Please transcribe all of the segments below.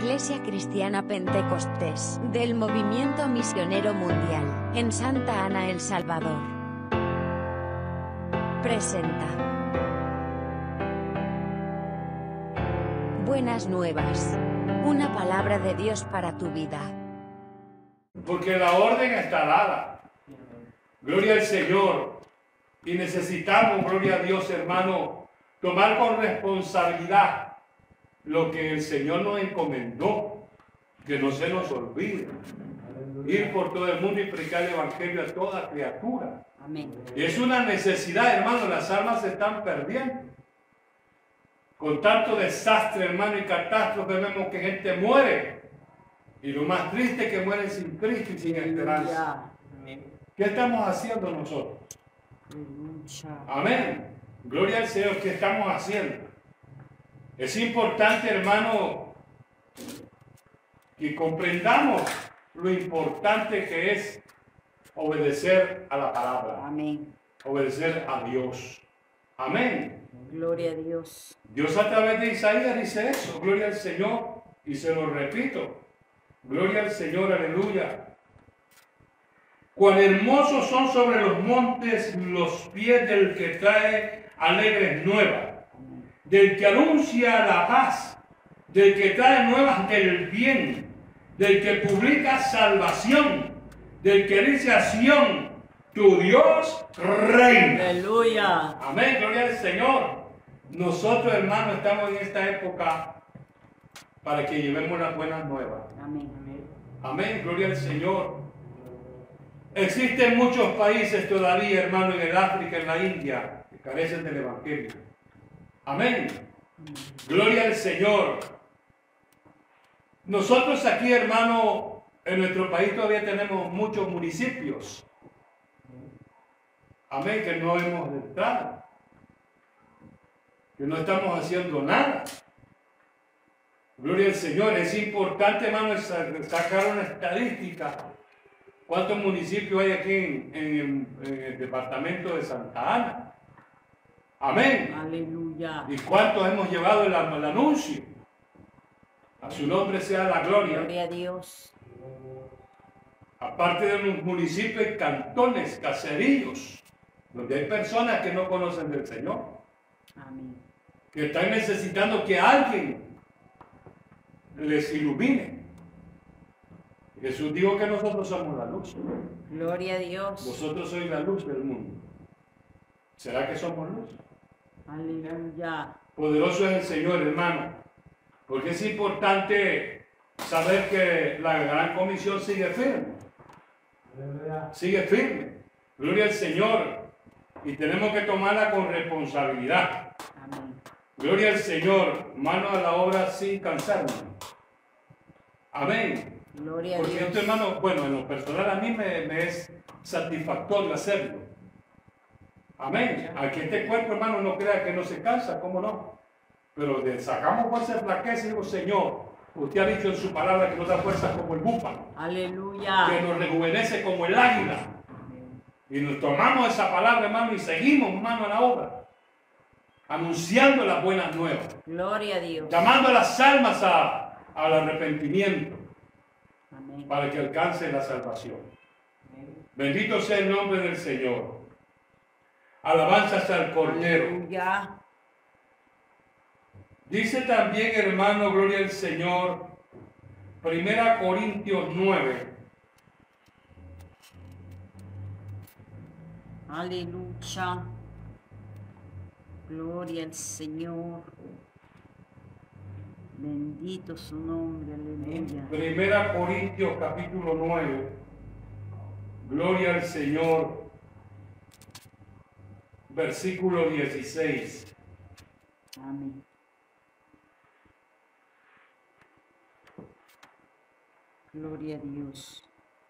Iglesia Cristiana Pentecostés, del Movimiento Misionero Mundial, en Santa Ana, El Salvador, presenta Buenas Nuevas, una palabra de Dios para tu vida. Porque la orden está dada. Gloria al Señor. Y necesitamos, gloria a Dios, hermano, tomar con responsabilidad lo que el Señor nos encomendó, que no se nos olvide. Ir por todo el mundo y predicar el Evangelio a toda criatura. Amén. Y es una necesidad, hermano, las almas se están perdiendo. Con tanto desastre, hermano, y catástrofe, vemos que gente muere. Y lo más triste es que mueren sin Cristo y sin esperanza. ¿Qué estamos haciendo nosotros? Amén. Gloria al Señor. ¿Qué estamos haciendo? Es importante, hermano, que comprendamos lo importante que es obedecer a la palabra. Amén. Obedecer a Dios. Amén. Gloria a Dios. Dios a través de Isaías dice eso. Gloria al Señor. Y se lo repito. Gloria al Señor. Aleluya. Cuán hermosos son sobre los montes los pies del que trae alegres nuevas, del que anuncia la paz, del que trae nuevas del bien, del que publica salvación, del que dice a Sión, tu Dios reina. Aleluya. Amén, gloria al Señor. Nosotros, hermanos, estamos en esta época para que llevemos las buenas nuevas. Amén. Amén, gloria al Señor. Existen muchos países todavía, hermano, en el África, en la India, que carecen del Evangelio. Amén. Gloria al Señor. Nosotros aquí, hermano, en nuestro país todavía tenemos muchos municipios. Amén, que no hemos entrado. Que no estamos haciendo nada. Gloria al Señor. Es importante, hermano, sacar una estadística. ¿Cuántos municipios hay aquí en el departamento de Santa Ana? Amén. Aleluya. ¿Y cuántos hemos llevado el anuncio? A su nombre sea la gloria. Gloria a Dios. Aparte de los municipios, cantones, caseríos, donde hay personas que no conocen del Señor. Amén. Que están necesitando que alguien les ilumine. Jesús dijo que nosotros somos la luz. Gloria a Dios. Vosotros sois la luz del mundo. ¿Será que somos luz? Aleluya. Poderoso es el Señor, hermano. Porque es importante saber que la gran comisión sigue firme. Sigue firme. Gloria al Señor. Y tenemos que tomarla con responsabilidad. Amén. Gloria al Señor. Mano a la obra sin cansarnos. Amén. Gloria a Porque Dios. esto, hermano, bueno, en lo personal a mí me es satisfactorio hacerlo. Amén. Aquí este cuerpo, hermano, no crea que no se cansa, ¿cómo no? Pero sacamos fuerza de flaqueza y digo, Señor, usted ha dicho en su palabra que nos da fuerza como el búfalo, Aleluya. que nos rejuvenece como el águila. Y nos tomamos esa palabra, hermano, y seguimos, hermano, a la obra, anunciando las buenas nuevas, Gloria a Dios. llamando a las almas al arrepentimiento, Amén. para que alcance la salvación. Bendito sea el nombre del Señor. Alabanzas al Cordero. Aleluya. Dice también, hermano, gloria al Señor, 1 Corintios 9. Aleluya. Gloria al Señor. Bendito su nombre. Aleluya. 1 Corintios capítulo 9. Gloria al Señor. Versículo 16. Amén. Gloria a Dios.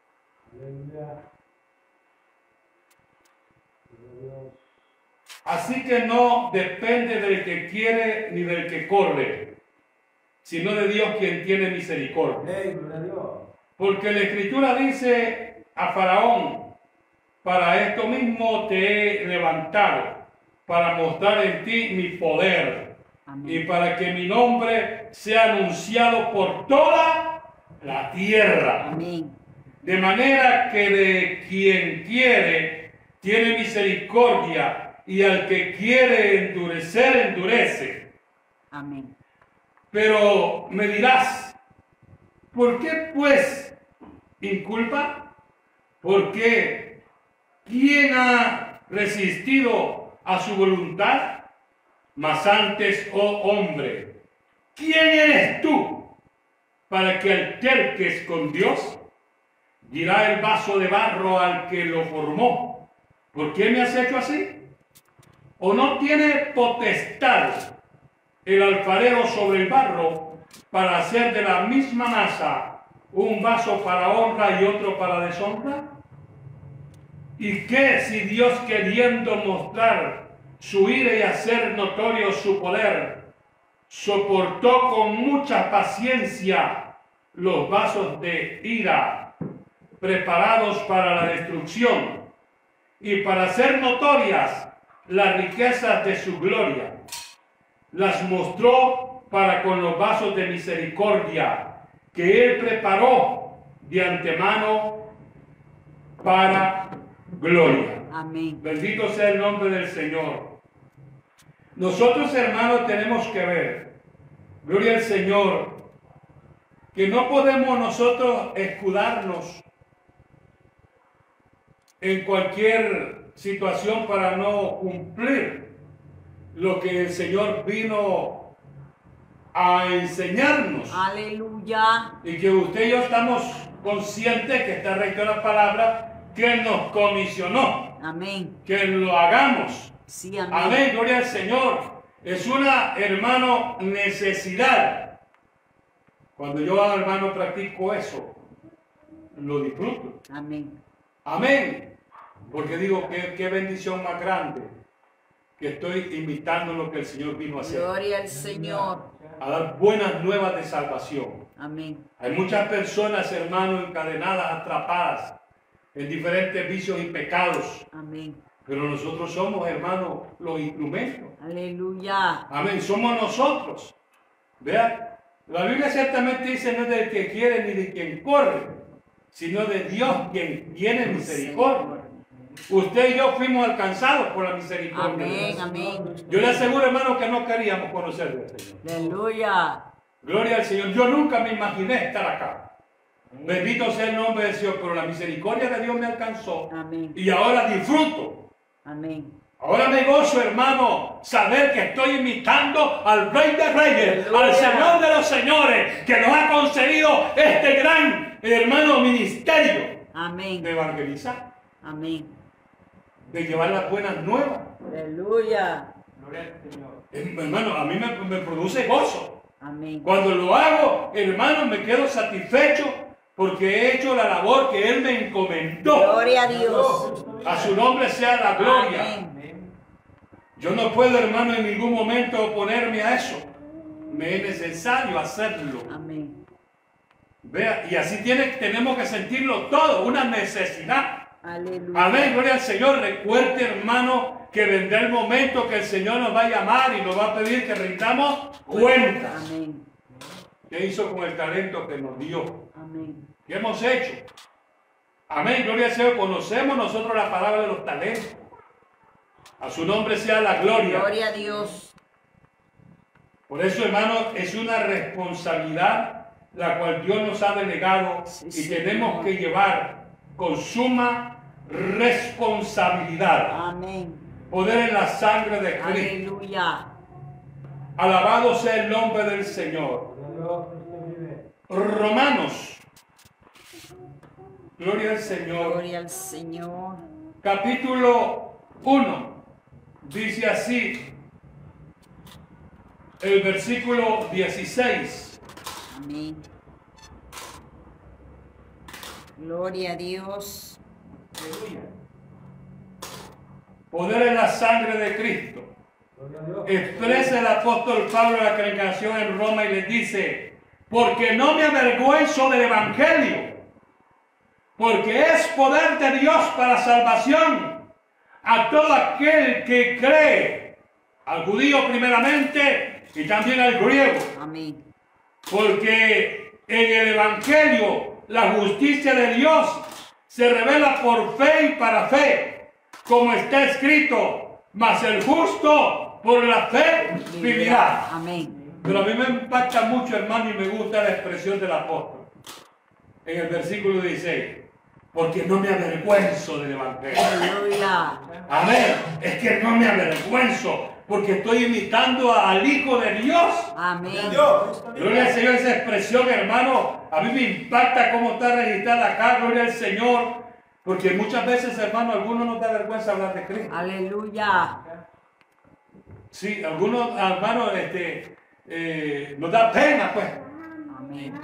Así que no depende del que quiere ni del que corre, sino de Dios quien tiene misericordia. Porque la Escritura dice a Faraón, para esto mismo te he levantado, para mostrar en ti mi poder Amén. y para que mi nombre sea anunciado por toda la tierra. Amén. De manera que de quien quiere, tiene misericordia, y al que quiere endurecer, endurece. Amén. Pero me dirás, ¿por qué pues inculpa? Porque ¿quién ha resistido a su voluntad? Mas antes, oh hombre, ¿quién eres tú para que alterques con Dios? Dirá el vaso de barro al que lo formó, ¿por qué me has hecho así? ¿O no tiene potestad el alfarero sobre el barro para hacer de la misma masa un vaso para honra y otro para deshonra? ¿Y qué si Dios, queriendo mostrar su ira y hacer notorio su poder, soportó con mucha paciencia los vasos de ira preparados para la destrucción y para hacer notorias las riquezas de su gloria? Las mostró para con los vasos de misericordia que Él preparó de antemano para gloria. Amén. Bendito sea el nombre del Señor. Nosotros, hermanos, tenemos que ver, gloria al Señor, que no podemos nosotros escudarnos en cualquier situación para no cumplir lo que el Señor vino a enseñarnos. Aleluya. Y que usted y yo estamos conscientes que está recta la palabra, que Él nos comisionó, Amén. que lo hagamos. Sí, amén. Amén, gloria al Señor. Es una, hermano, necesidad. Cuando yo, hermano, practico eso, lo disfruto. Amén. Amén. Porque digo, qué bendición más grande que estoy imitando lo que el Señor vino a hacer. Gloria al Señor. A dar buenas nuevas de salvación. Amén. Hay muchas personas, hermanos, encadenadas, atrapadas en diferentes vicios y pecados. Amén. Pero nosotros somos, hermanos, los instrumentos. Aleluya. Amén. Somos nosotros. Vean, la Biblia ciertamente dice no es del que quiere ni de quien corre, sino de Dios quien tiene misericordia. Usted y yo fuimos alcanzados por la misericordia. Amén, amén. Yo le aseguro, hermano, que no queríamos conocer al Señor. Aleluya. Gloria al Señor. Yo nunca me imaginé estar acá. Bendito sea el nombre del Señor, pero la misericordia de Dios me alcanzó. Amén. Y ahora disfruto. Amén. Ahora me gozo, hermano, saber que estoy imitando al Rey de Reyes, Aleluya. al Señor de los Señores, que nos ha concedido este gran, hermano, ministerio Amén. de evangelizar, Amén. de llevar las buenas nuevas. Aleluya. Hermano, a mí me produce gozo. Amén. Cuando lo hago, hermano, me quedo satisfecho porque he hecho la labor que Él me encomendó. Gloria a Dios. A su nombre sea la gloria. Amén. Yo no puedo, hermano, en ningún momento oponerme a eso. Me es necesario hacerlo. Amén. Vea, y así tenemos que sentirlo todo, una necesidad. Aleluya. Amén, gloria al Señor. Recuerde, hermano, que vendrá el momento que el Señor nos va a llamar y nos va a pedir que rindamos cuentas. Amén. ¿Qué hizo con el talento que nos dio? Amén. ¿Qué hemos hecho? Amén, gloria al Señor. Conocemos nosotros la palabra de los talentos. A su nombre sea la gloria. Gloria a Dios. Por eso, hermano, es una responsabilidad la cual Dios nos ha delegado Sí, y Señor. tenemos que llevar con suma responsabilidad. Amén. Poder en la sangre de Cristo. Aleluya. Alabado sea el nombre del Señor. Romanos. Gloria al Señor. Gloria al Señor. Capítulo 1. Dice así el versículo 16. Amén. Gloria a Dios. Poder en la sangre de Cristo. Expresa el apóstol Pablo la congregación en Roma y les dice: porque no me avergüenzo del evangelio, porque es poder de Dios para salvación a todo aquel que cree, al judío primeramente y también al griego. Amén. Porque en el Evangelio la justicia de Dios se revela por fe y para fe, como está escrito, mas el justo por la fe vivirá. Amén. Pero a mí me impacta mucho, hermano, y me gusta la expresión del apóstol en el versículo 16, porque no me avergüenzo del Evangelio. Aleluya. Amén. Es que no me avergüenzo, porque estoy imitando al Hijo de Dios. Amén. Gloria al Señor, esa expresión, hermano, a mí me impacta cómo está registrada acá, gloria al Señor, porque muchas veces, hermano, a algunos nos da vergüenza hablar de Cristo. Aleluya. Sí, algunos, hermanos, nos da pena, pues. Amén.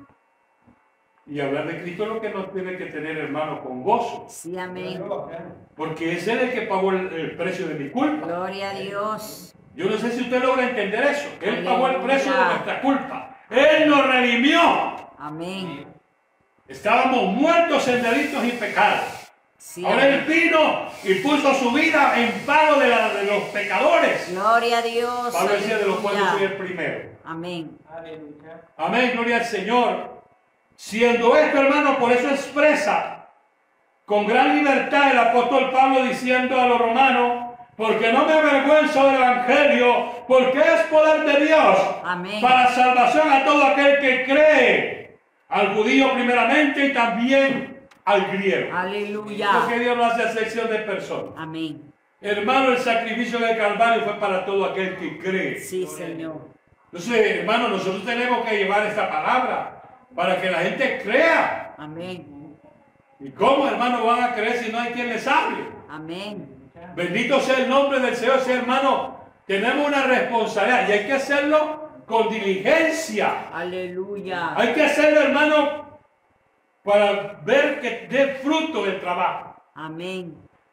Y hablar de Cristo es lo que nos tiene que tener, hermano, con gozo, Sí, amén. porque es Él el que pagó el precio de mi culpa. Gloria a Dios. Yo no sé si usted logra entender eso, que Él pagó el precio de Aleluya. nuestra culpa. Él nos redimió. Amén. Estábamos muertos en delitos y pecados. Sí, Ahora Él amén. vino y puso su vida en pago de los pecadores. Gloria a Dios. Pablo decía, de los cuales soy Aleluya. el primero. Amén. Amén, gloria al Señor. Siendo esto, hermano, por eso expresa con gran libertad el apóstol Pablo diciendo a los romanos, porque no me avergüenzo del Evangelio, porque es poder de Dios Amén. para salvación a todo aquel que cree, al judío primeramente y también al griego. Aleluya. Porque Dios no hace excepción de personas. Amén. Hermano, el sacrificio del Calvario fue para todo aquel que cree. Sí, Señor. Entonces, hermano, nosotros tenemos que llevar esta palabra para que la gente crea. Amén. ¿Y cómo, hermano, van a creer si no hay quien les hable? Amén. Bendito sea el nombre del Señor. Sí, hermano, tenemos una responsabilidad y hay que hacerlo con diligencia. Aleluya. Hay que hacerlo, hermano, para ver que dé fruto el trabajo. Amén.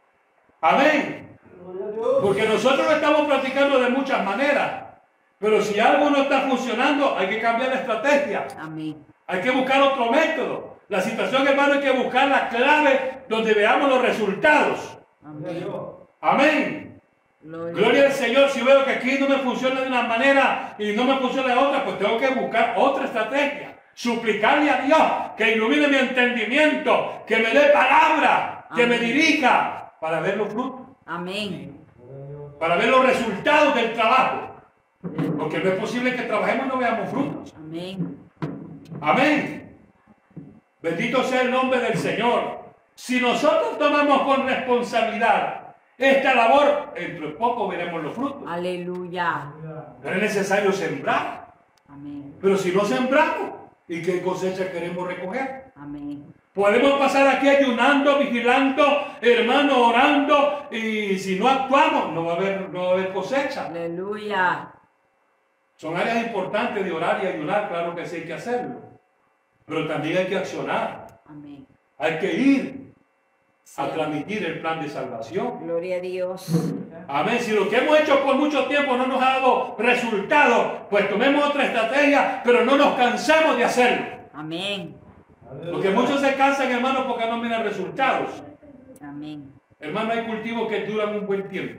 Amén. Porque nosotros lo estamos practicando de muchas maneras. Pero si algo no está funcionando, hay que cambiar la estrategia. Amén. Hay que buscar otro método. La situación, hermano, hay que buscar la clave donde veamos los resultados. Amén. Amén. Gloria. Gloria al Señor. Si veo que aquí no me funciona de una manera y no me funciona de otra, pues tengo que buscar otra estrategia. Suplicarle a Dios que ilumine mi entendimiento, que me dé palabra, que me Amén. dirija para ver los frutos, Amén. para ver los resultados del trabajo. Porque no es posible que trabajemos y no veamos frutos. Amén. Amén. Bendito sea el nombre del Señor. Si nosotros tomamos con responsabilidad esta labor, entre poco veremos los frutos. Aleluya. Pero es necesario sembrar. Amén. Pero si no sembramos, ¿y qué cosecha queremos recoger? Amén. Podemos pasar aquí ayunando, vigilando, hermano, orando, y si no actuamos, no va a haber cosecha. Aleluya. Son áreas importantes de orar y ayunar, claro que sí hay que hacerlo. Pero también hay que accionar. Amén. Hay que ir Sí. a transmitir el plan de salvación. Gloria a Dios. Amén. Si lo que hemos hecho por mucho tiempo no nos ha dado resultados, pues tomemos otra estrategia, pero no nos cansemos de hacerlo. Amén. Porque muchos se cansan, hermano, porque no miran resultados. Amén. Hermano, hay cultivos que duran un buen tiempo.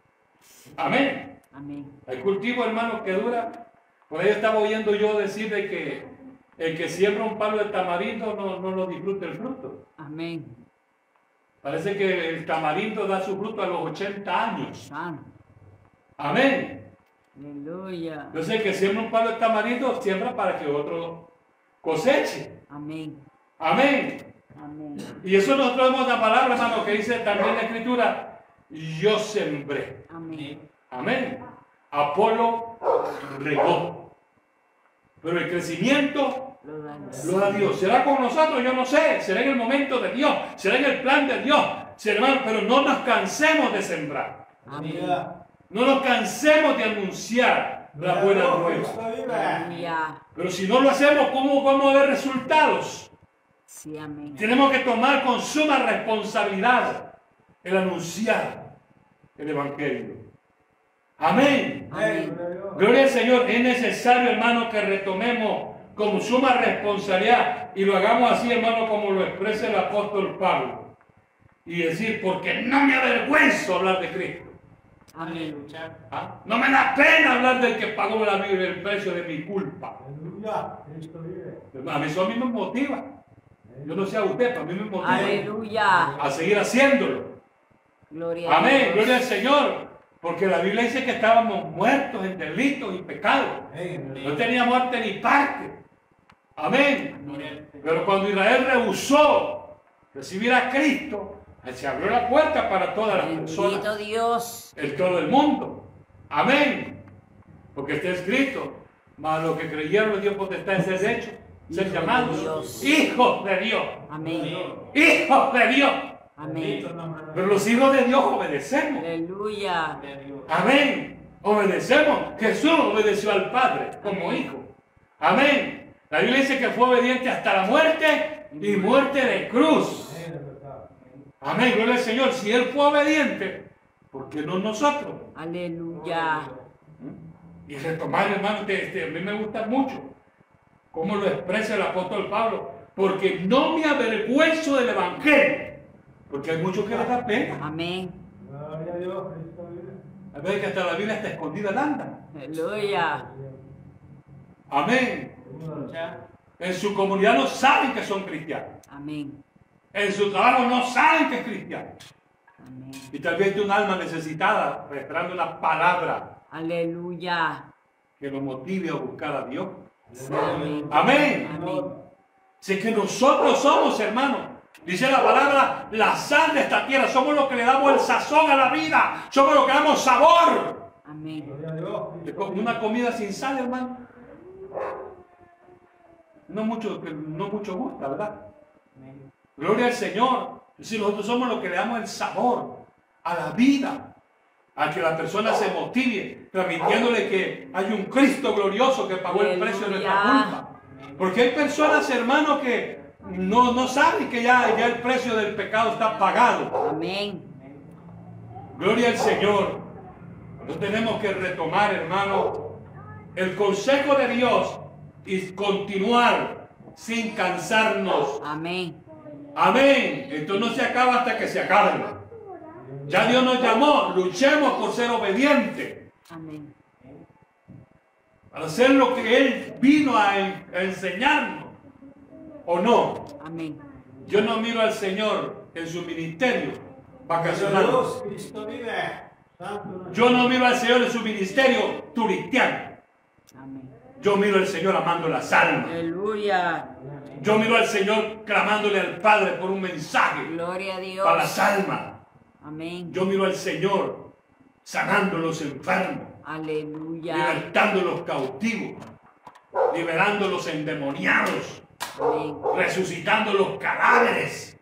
Amén. Amén. Hay cultivos, hermanos, que duran. Por ahí estaba oyendo yo decir de que el que siembra un palo de tamarindo no lo disfruta el fruto. Amén. Parece que el tamarindo da su fruto a los 80 años. Santo. Amén. Aleluya. Entonces el que siembra un palo de tamarindo siembra para que otro coseche. Amén. Amén. Amén. Y eso nosotros vemos la palabra, hermano, que dice también la escritura, yo sembré. Amén. Amén. Apolo regó. Pero el crecimiento Lo da lo da Dios. ¿Será con nosotros? Yo no sé. Será en el momento de Dios. Será en el plan de Dios. Será, hermano, pero no nos cansemos de sembrar. Amén. No nos cansemos de anunciar la buena nueva. Aleluya. Pero si no lo hacemos, ¿cómo vamos a ver resultados? Sí, amén. Tenemos que tomar con suma responsabilidad el anunciar el Evangelio. Amén. Amén. Gloria al Señor. Es necesario, hermano, que retomemos con suma responsabilidad y lo hagamos así, hermano, como lo expresa el apóstol Pablo. Y decir, porque no me avergüenzo hablar de Cristo. Amén. ¿Ah? No me da pena hablar del que pagó el precio de mi culpa. Aleluya, Cristo vive. A mí eso a mí me motiva. Yo no sé a usted, pero a mí me motiva Aleluya. a seguir haciéndolo. Gloria a Amén, Dios. gloria al Señor. Porque la Biblia dice que estábamos muertos en delitos y pecados. No tenía muerte ni parte. Amén. Pero cuando Israel rehusó recibir a Cristo, se abrió la puerta para todas las Bendito personas, Dios. en todo el mundo. Amén. Porque está escrito, mas los que creyeron en Dios potestad de ser hechos, ser Hijos de llamados Dios. hijos de Dios. Amén. Hijos de Dios. Amén. Pero los hijos de Dios obedecemos. Aleluya. Amén. Obedecemos. Jesús obedeció al Padre como hijo. Amén. La Biblia dice que fue obediente hasta la muerte y muerte de cruz. Amén. Gloria al Señor. Si Él fue obediente, ¿por qué no nosotros? Aleluya. Y retomar, hermano, a mí me gusta mucho cómo lo expresa el apóstol Pablo. Porque no me avergüenzo del Evangelio. Porque hay muchos que les da pena. Amén. Gloria a Dios, Cristo vive. A veces que hasta la Biblia está escondida la andan. Aleluya. Amén. En su comunidad no saben que son cristianos. Amén. En su trabajo no saben que es cristiano. Amén. Y tal vez hay un alma necesitada, esperando una palabra Aleluya. que lo motive a buscar a Dios. Amén. Amén. Amén. Si es que nosotros somos, hermanos, dice la palabra, la sal de esta tierra. Somos los que le damos el sazón a la vida. Somos los que damos sabor. Amén. Gloria a Dios. Una comida sin sal, hermano, no mucho gusta, ¿verdad? Gloria al Señor. Si nosotros somos los que le damos el sabor a la vida, a que la persona se motive, transmitiéndole que hay un Cristo glorioso que pagó el precio de nuestra culpa. Porque hay personas, hermanos, que no saben que ya el precio del pecado está pagado. Amén. Gloria al Señor. Nosotros tenemos que retomar, hermano, el consejo de Dios y continuar sin cansarnos. Amén. Amén. Esto no se acaba hasta que se acabe. Ya Dios nos llamó, luchemos por ser obedientes, Amén. para hacer lo que Él vino a enseñarnos, ¿o no? Amén. Yo no miro al Señor en su ministerio vacacional. Dios, Cristo vive. Santo Yo no miro al Señor en su ministerio turistiano. Amén. Yo miro al Señor amando las almas. Aleluya. Yo miro al Señor clamándole al Padre por un mensaje Gloria a Dios. para las almas. Amén. Yo miro al Señor sanando los enfermos, Aleluya. libertando los cautivos, liberando los endemoniados, Amén. resucitando los cadáveres.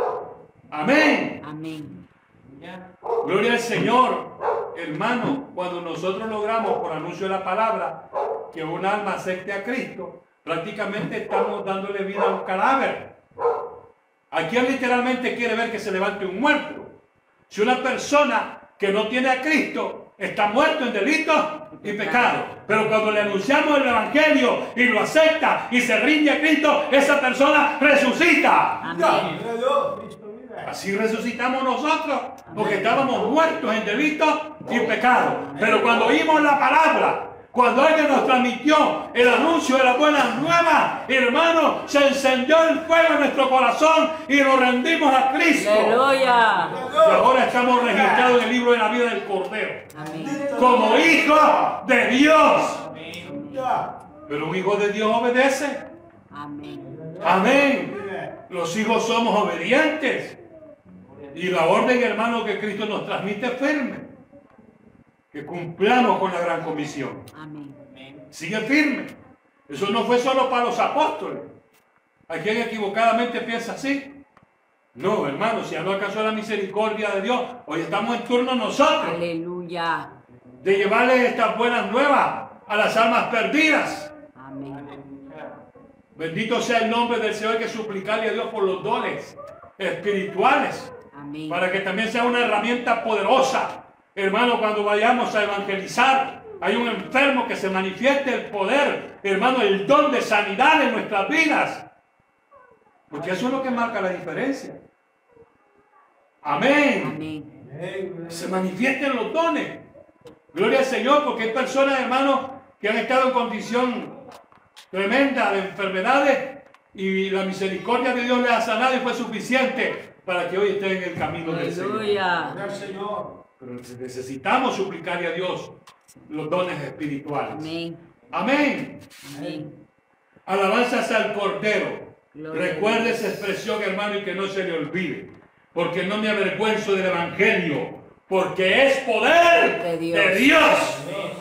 Amén. Amén. Gloria al Señor. Hermano, cuando nosotros logramos por anuncio de la palabra que un alma acepte a Cristo, prácticamente estamos dándole vida a un cadáver. ¿A quién literalmente quiere ver que se levante un muerto? Si una persona que no tiene a Cristo está muerto en delitos y pecados, pero cuando le anunciamos el Evangelio y lo acepta y se rinde a Cristo, esa persona resucita. Amén. Gloria a Dios, Cristo vive. Así resucitamos nosotros, porque estábamos muertos en delitos y pecados. Pero cuando oímos la palabra, cuando alguien nos transmitió el anuncio de la buena nueva, hermano, se encendió el fuego en nuestro corazón y nos rendimos a Cristo. Aleluya. Y ahora estamos registrados en el libro de la vida del Cordero, Amén. como hijos de Dios. Aleluya. Pero un hijo de Dios obedece. Amén. Amén. Vive. Los hijos somos obedientes. Y la orden, hermano, que Cristo nos transmite es firme. Que cumplamos con la gran comisión. Amén. Sigue firme. Eso no fue solo para los apóstoles. Hay quien equivocadamente piensa así. No, hermano, si no alcanzó la misericordia de Dios, hoy estamos en turno nosotros Aleluya. de llevarles estas buenas nuevas a las almas perdidas. Amén. Bendito sea el nombre del Señor, que suplicarle a Dios por los dones espirituales, Amén. para que también sea una herramienta poderosa. Hermano, cuando vayamos a evangelizar, hay un enfermo, que se manifieste el poder, hermano, el don de sanidad en nuestras vidas. Porque eso es lo que marca la diferencia. Amén. Amén. Amén. Se manifiesten los dones. Gloria al Señor, porque hay personas, hermanos, que han estado en condición tremenda de enfermedades y la misericordia de Dios les ha sanado y fue suficiente para que hoy estén en el camino del Señor. Aleluya. Gloria al Señor. Pero necesitamos suplicarle a Dios los dones espirituales. Amén. Amén. Amén. Alabanzas al Cordero. Gloria a Recuerde Dios. esa expresión, hermano, y que no se le olvide. Porque no me avergüenzo del Evangelio, porque es poder De Dios. de Dios.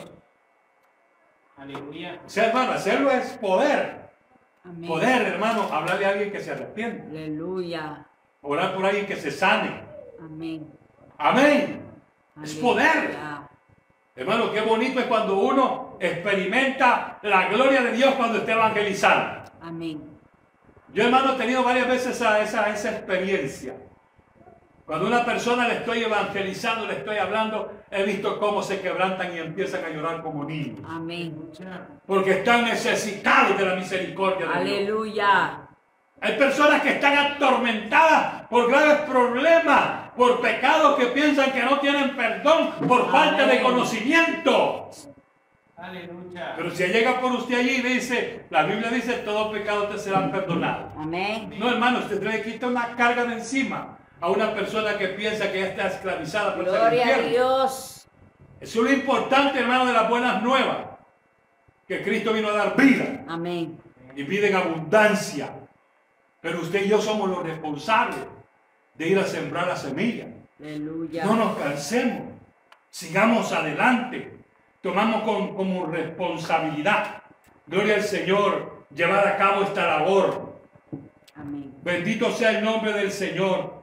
Aleluya. O sea, hermano, hacerlo es poder. Amén. Poder, hermano, hablarle a alguien que se arrepiente. Aleluya. Orar por alguien que se sane. Amén. Amén. Es poder. Aleluya. Hermano, qué bonito es cuando uno experimenta la gloria de Dios cuando está evangelizando. Amén. Yo, hermano, he tenido varias veces esa experiencia. Cuando a una persona le estoy evangelizando, le estoy hablando, he visto cómo se quebrantan y empiezan a llorar como niños. Amén. Porque están necesitados de la misericordia de Dios. Aleluya. Hay personas que están atormentadas por graves problemas, por pecados que piensan que no tienen perdón, por falta de Amén. conocimiento. Aleluya. Pero si llega por usted allí y dice, la Biblia dice, todo pecado te será perdonado. Amén. No, hermano, usted le quita una carga de encima a una persona que piensa que ya está esclavizada por el Gloria a infierno. Dios. Eso es lo importante, hermano, de las buenas nuevas. Que Cristo vino a dar vida Amén. y vida en abundancia. Pero usted y yo somos los responsables de ir a sembrar la semilla. Aleluya. No nos cansemos. Sigamos adelante. Tomamos como responsabilidad. Gloria al Señor. Llevar a cabo esta labor. Amén. Bendito sea el nombre del Señor.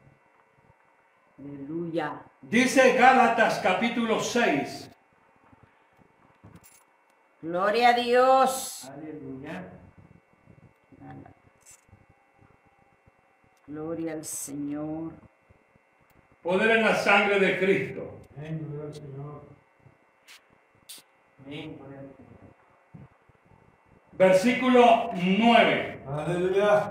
Aleluya. Dice Gálatas capítulo 6. Gloria a Dios. Aleluya. Gloria al Señor. Poder en la sangre de Cristo. Amén. Gloria al Señor. Amén. Gloria al Señor. Versículo 9. Aleluya.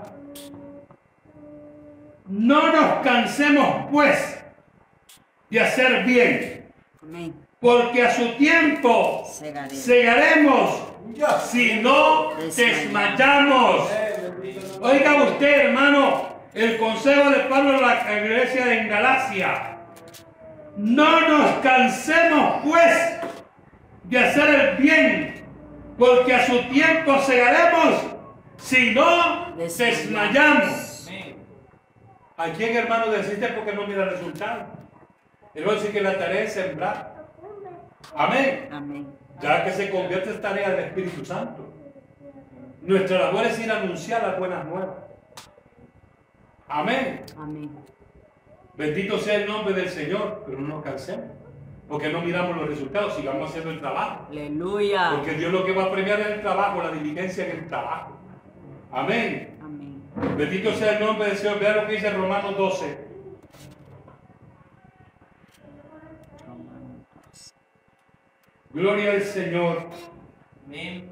No nos cansemos, pues, de hacer bien, Amén. porque a su tiempo Segaremos. segaremos Aleluya. si no desmayamos. Bendito el nombre. Oiga usted, hermano, el consejo de Pablo a la iglesia en Galacia. No nos cansemos, pues, de hacer el bien, porque a su tiempo segaremos si no desmayamos. Amén. ¿A quién, hermano, desiste porque no mira el resultado? Él va a decir que la tarea es sembrar. Amén. Amén. Ya que se convierte en tarea del Espíritu Santo. Nuestra labor es ir a anunciar las buenas nuevas. Amén. Amén. Bendito sea el nombre del Señor, pero no nos cansemos. Porque no miramos los resultados, sigamos haciendo el trabajo. Aleluya. Porque Dios lo que va a premiar es el trabajo, la diligencia en el trabajo. Amén. Amén. Bendito sea el nombre del Señor. Vean lo que dice Romanos 12. Romanos. Gloria al Señor. Amén.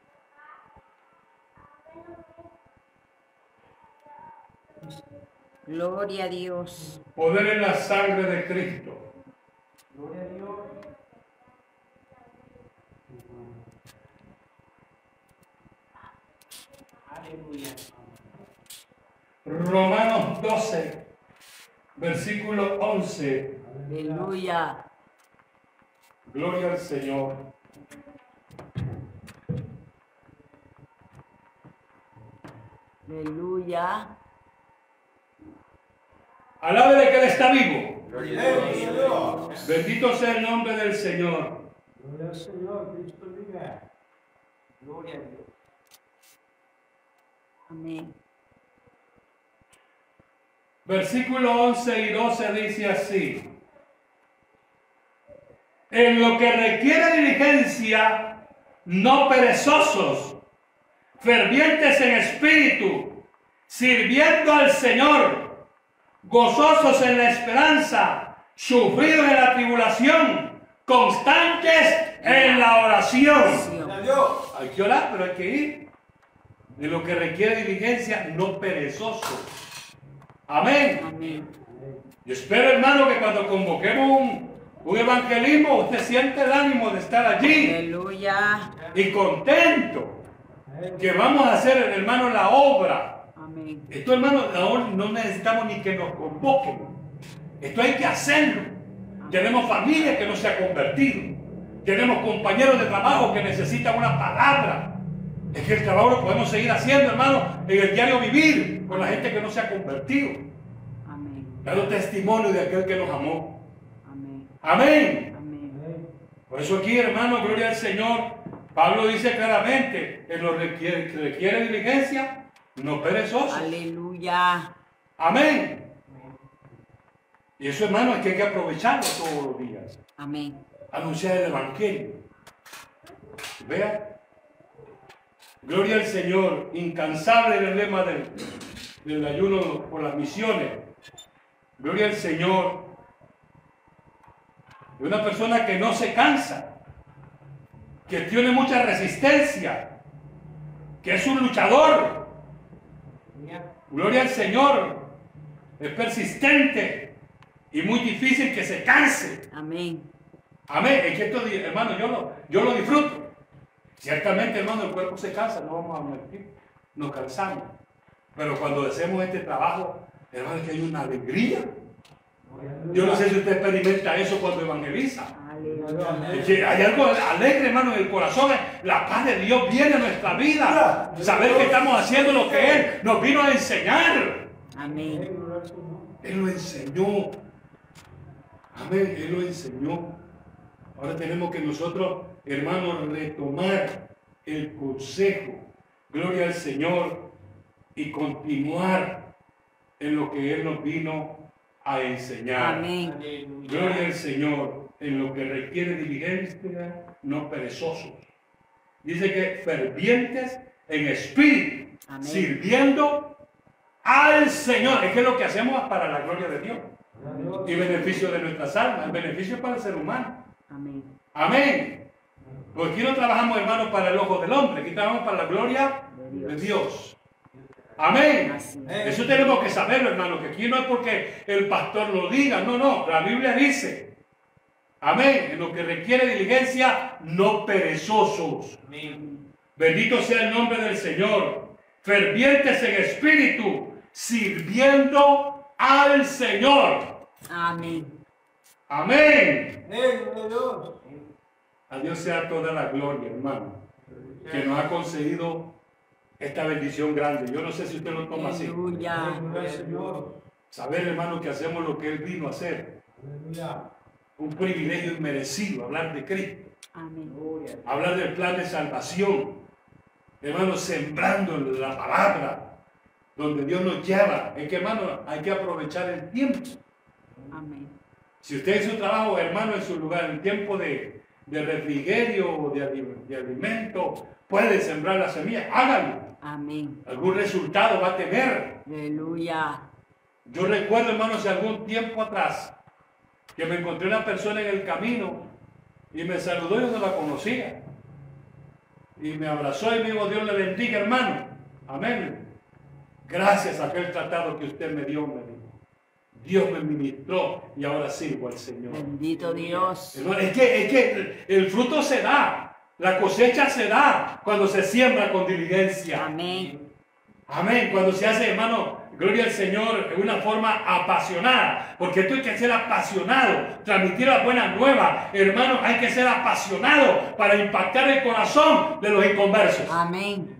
Gloria a Dios. Poder en la sangre de Cristo. Gloria a Dios. Aleluya. Romanos 12, versículo 11. Aleluya. Gloria al Señor. Aleluya. Alábele que Él está vivo. Gloria a Dios. Bendito sea el nombre del Señor. Gloria al Señor. Cristo vive. Gloria a Dios. Amén. Versículo 11 y 12 dice así. En lo que requiere diligencia, no perezosos, fervientes en espíritu, sirviendo al Señor, gozosos en la esperanza, sufridos en la tribulación, constantes en la oración. Gloria a Dios. Hay que orar, pero hay que ir. De lo que requiere diligencia, no perezoso. Amén. Amén. Yo espero, hermano, que cuando convoquemos Un evangelismo, usted siente el ánimo de estar allí Aleluya. y contento que vamos a hacer, hermano, la obra. Amén. Esto, hermano, ahora no necesitamos ni que nos convoquen. Esto hay que hacerlo. Tenemos familia que no se ha convertido. Tenemos compañeros de trabajo que necesitan una palabra. Es que el trabajo lo podemos seguir haciendo, hermano, en el diario vivir con la gente que no se ha convertido. Amén. Dando testimonio de aquel que nos amó. Amén. Amén. Amén. Por eso aquí, hermano, gloria al Señor. Pablo dice claramente, en lo que requiere diligencia, no perezosos. Aleluya. Amén. Y eso, hermano, es que hay que aprovecharlo todos los días. Amén. Anunciar el Evangelio. Vea. Gloria al Señor. Incansable el lema del ayuno por las misiones. Gloria al Señor. De una persona que no se cansa, que tiene mucha resistencia, que es un luchador. Gloria al Señor. Es persistente y muy difícil que se canse. Amén. Amén. Es que esto, hermano, yo lo disfruto. Ciertamente, hermano, el cuerpo se cansa, no vamos a mentir, nos cansamos. Pero cuando hacemos este trabajo, hermano, es que hay una alegría. Yo no sé si usted experimenta eso cuando evangeliza. Aleluya. Es que hay algo alegre, hermano, en el corazón. La paz de Dios viene a nuestra vida. Saber que estamos haciendo lo que Él nos vino a enseñar. Amén. Él lo enseñó. Amén, Él lo enseñó. Ahora tenemos que nosotros, hermanos, retomar el consejo. Gloria al Señor. Y continuar en lo que Él nos vino a enseñar. Amén. Gloria al Señor. En lo que requiere diligencia, no perezosos. Dice que fervientes en espíritu. Amén. Sirviendo al Señor. Es que es lo que hacemos para la gloria de Dios. Y beneficio de nuestras almas. El beneficio es para el ser humano. Amén. Amén. Porque aquí no trabajamos, hermanos, para el ojo del hombre. Aquí trabajamos para la gloria de Dios. Amén. Así. Eso tenemos que saberlo, hermano. Que aquí no es porque el pastor lo diga. No, no. La Biblia dice. Amén. En lo que requiere diligencia, no perezosos. Bendito sea el nombre del Señor. Fervientes en espíritu, sirviendo al Señor. Amén. Amén. A Dios sea toda la gloria, hermano, que nos ha concedido esta bendición grande. Yo no sé si usted lo toma así. Aleluya. Saber, hermano, que hacemos lo que Él vino a hacer. Un privilegio inmerecido, hablar de Cristo. Amén. Hablar del plan de salvación. Hermano, sembrando la palabra donde Dios nos lleva. Es que, hermano, hay que aprovechar el tiempo. Amén. Si usted hizo trabajo, hermano, en su lugar, en tiempo de refrigerio, de alimento, puede sembrar la semilla, hágalo. Amén. Algún resultado va a tener. Aleluya. Yo recuerdo, hermano, hace algún tiempo atrás, que me encontré una persona en el camino y me saludó y yo no la conocía. Y me abrazó y me dijo, Dios le bendiga, hermano. Amén. Gracias a aquel tratado que usted me dio, me dijo. Dios me ministró y ahora sirvo al Señor. Bendito Dios. Hermano, es que el fruto se da, la cosecha se da cuando se siembra con diligencia. Amén. Amén. Cuando se hace, hermano, gloria al Señor, de una forma apasionada. Porque esto hay que ser apasionado. Transmitir la buena nueva. Hermano, hay que ser apasionado para impactar el corazón de los inconversos. Amén.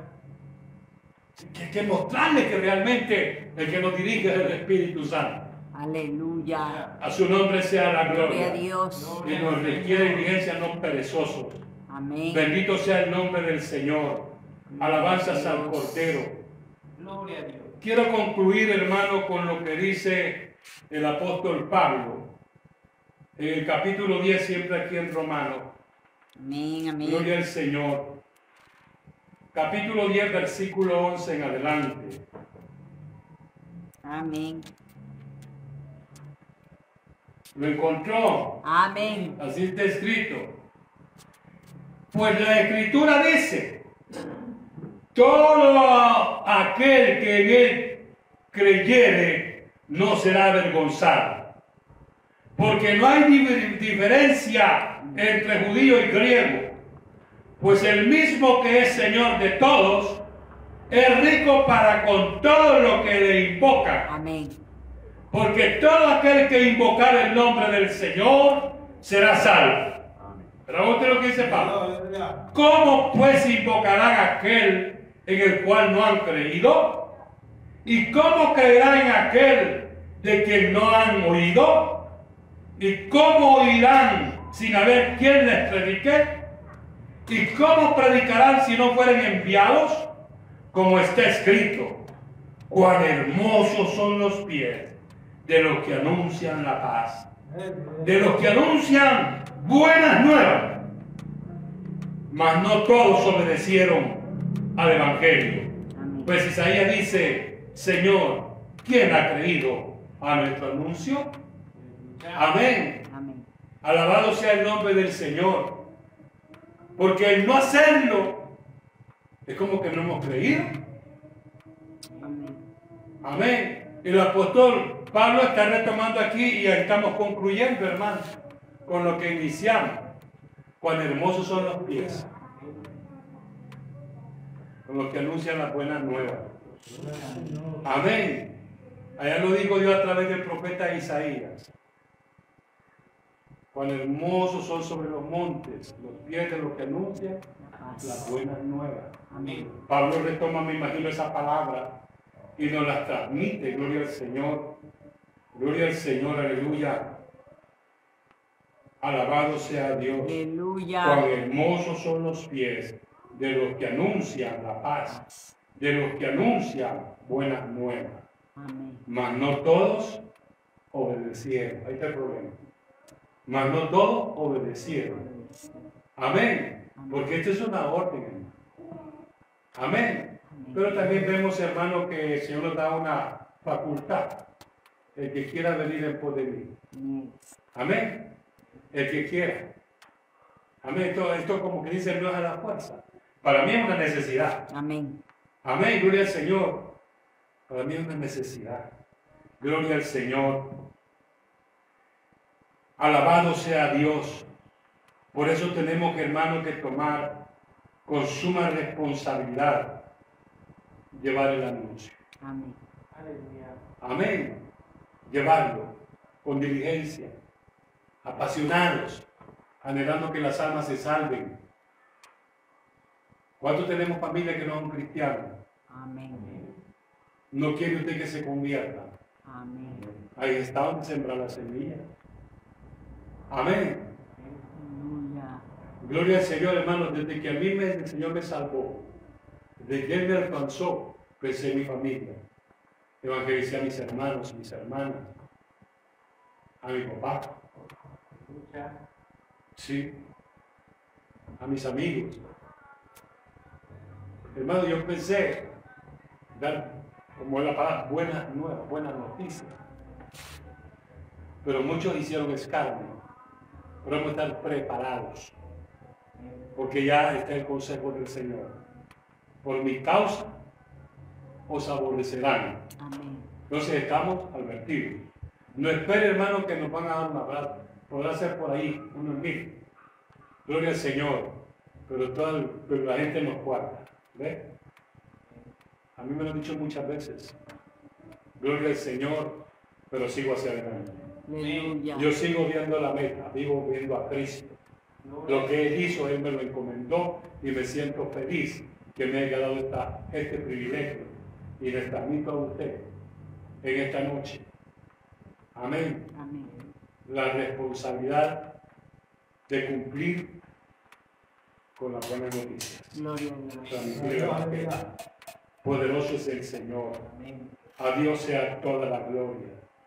Hay que mostrarle que realmente el que nos dirige es el Espíritu Santo. Aleluya. A su nombre sea la Gloria a gloria. Dios. Y nos requiere diligencia, no perezosos. Amén. Bendito sea el nombre del Señor. Alabanzas al Cordero. Gloria a Dios. Quiero concluir, hermano, con lo que dice el apóstol Pablo. En el capítulo 10, siempre aquí en Romano. Amén. Amén. Gloria al Señor. Capítulo 10, versículo 11 en adelante. Amén. ¿Lo encontró? Amén. Así está escrito. Pues la Escritura dice, todo aquel que en él creyere no será avergonzado. porque no hay diferencia entre judío y griego, pues el mismo que es Señor de todos, es rico para con todo lo que le invocan. Amén. Porque todo aquel que invocar el nombre del Señor será salvo. Pero usted lo que dice Pablo. ¿Cómo pues invocarán aquel en el cual no han creído? ¿Y cómo creerán en aquel de quien no han oído? ¿Y cómo oirán sin haber quien les predique? ¿Y cómo predicarán si no fueren enviados? Como está escrito, cuán hermosos son los pies de los que anuncian la paz, de los que anuncian buenas nuevas. Mas no todos obedecieron al Evangelio. Pues Isaías dice, Señor, ¿quién ha creído a nuestro anuncio? Amén. Amén. Alabado sea el nombre del Señor. Porque el no hacerlo es como que no hemos creído. Amén. Amén. El apóstol Pablo está retomando aquí y estamos concluyendo, hermanos, con lo que iniciamos. Cuán hermosos son los pies con los que anuncian las buenas nuevas. Amén. Allá lo digo yo a través del profeta Isaías. Cuán hermosos son sobre los montes los pies de los que anuncian las buenas nuevas. Amén. Pablo retoma, me imagino, esa palabra y nos la transmite. Gloria al Señor. Gloria al Señor, aleluya. Alabado sea Dios. Aleluya. Cuán hermosos son los pies de los que anuncian la paz, de los que anuncian buenas nuevas. Amén. Mas no todos obedecieron. Ahí está el problema. Mas no todos obedecieron. Amén. Porque esto es una orden, hermano. Amén. Pero también vemos, hermano, que el Señor nos da una facultad. El que quiera venir en pos de mí. Amén. El que quiera. Amén. Esto como que dice, no es a la fuerza. Para mí es una necesidad. Amén. Amén. Gloria al Señor. Para mí es una necesidad. Gloria al Señor. Alabado sea Dios. Por eso tenemos, hermano, que tomar con suma responsabilidad llevar el anuncio. Amén. Amén. Llevarlo con diligencia, apasionados, anhelando que las almas se salven. ¿Cuántos tenemos familias que no son cristianos? Amén. No quiere usted que se convierta. Amén. Ahí está donde sembrar la semilla. Amén. Aleluya. Gloria al Señor, hermanos. Desde que a mí el Señor me salvó, desde que Él me alcanzó, crecí en mi familia. Evangelicé a mis hermanos y mis hermanas, a mi papá, sí, a mis amigos. Hermano, yo pensé dar, como es la palabra, buenas nuevas, buenas noticias. Pero muchos hicieron escarnio. Pero hemos de estar preparados, porque ya está el consejo del Señor. Por mi causa os aborrecerán. Amén. Entonces estamos advertidos. No espere, hermano, que nos van a dar una plata. Podrá ser por ahí, unos 1000. Gloria al Señor. Pero la gente nos guarda. ¿Ve? A mí me lo han dicho muchas veces. Gloria al Señor, pero sigo hacia adelante. Aleluya. Yo sigo viendo la meta, sigo viendo a Cristo. Lo que Él hizo, Él me lo encomendó y me siento feliz que me haya dado este privilegio y les transmito a usted en esta noche. Amén. Amén. La responsabilidad de cumplir con las buenas noticias. Gloria a Dios. Transmitir el Evangelio. Poderoso es el Señor. A Dios sea toda la gloria.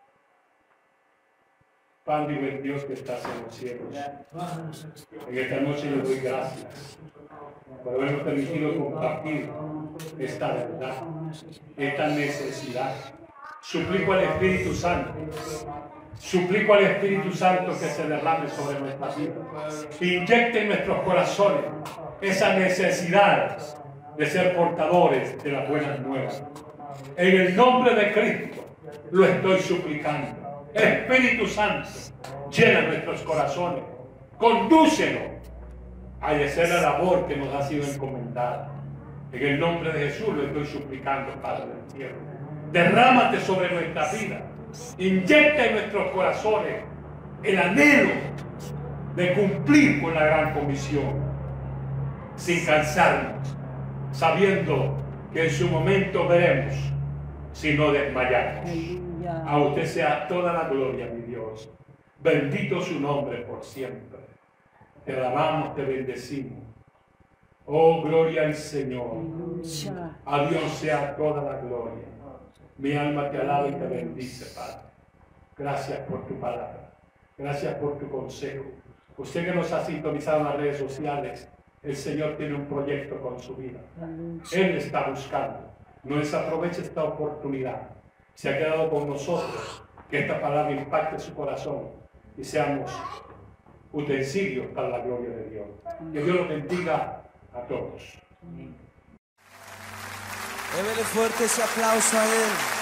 Padre y buen Dios que estás en los cielos. En esta noche le doy gracias por habernos permitido compartir esta verdad, esta necesidad. Suplico al Espíritu Santo. Suplico al Espíritu Santo que se derrame sobre nuestras vidas. Inyecte en nuestros corazones esa necesidad de ser portadores de las buenas nuevas. En el nombre de Cristo lo estoy suplicando. Espíritu Santo, llena nuestros corazones, condúcenos a hacer la labor que nos ha sido encomendada. En el nombre de Jesús lo estoy suplicando, Padre del cielo. Derrámate sobre nuestra vida, inyecta en nuestros corazones el anhelo de cumplir con la gran comisión, sin cansarnos, sabiendo que en su momento veremos si no desmayamos. Aleluya. A usted sea toda la gloria, mi Dios. Bendito su nombre por siempre. Te alabamos, te bendecimos. Oh, gloria al Señor. Aleluya. A Dios sea toda la gloria. Mi alma te alaba y te bendice, Padre. Gracias por tu palabra. Gracias por tu consejo. Usted que nos ha sintonizado en las redes sociales, el Señor tiene un proyecto con su vida. Él está buscando. No desaproveche esta oportunidad. Se ha quedado con nosotros. Que esta palabra impacte su corazón y seamos utensilios para la gloria de Dios. Que Dios los bendiga a todos. Démele fuerte ese aplauso a Él.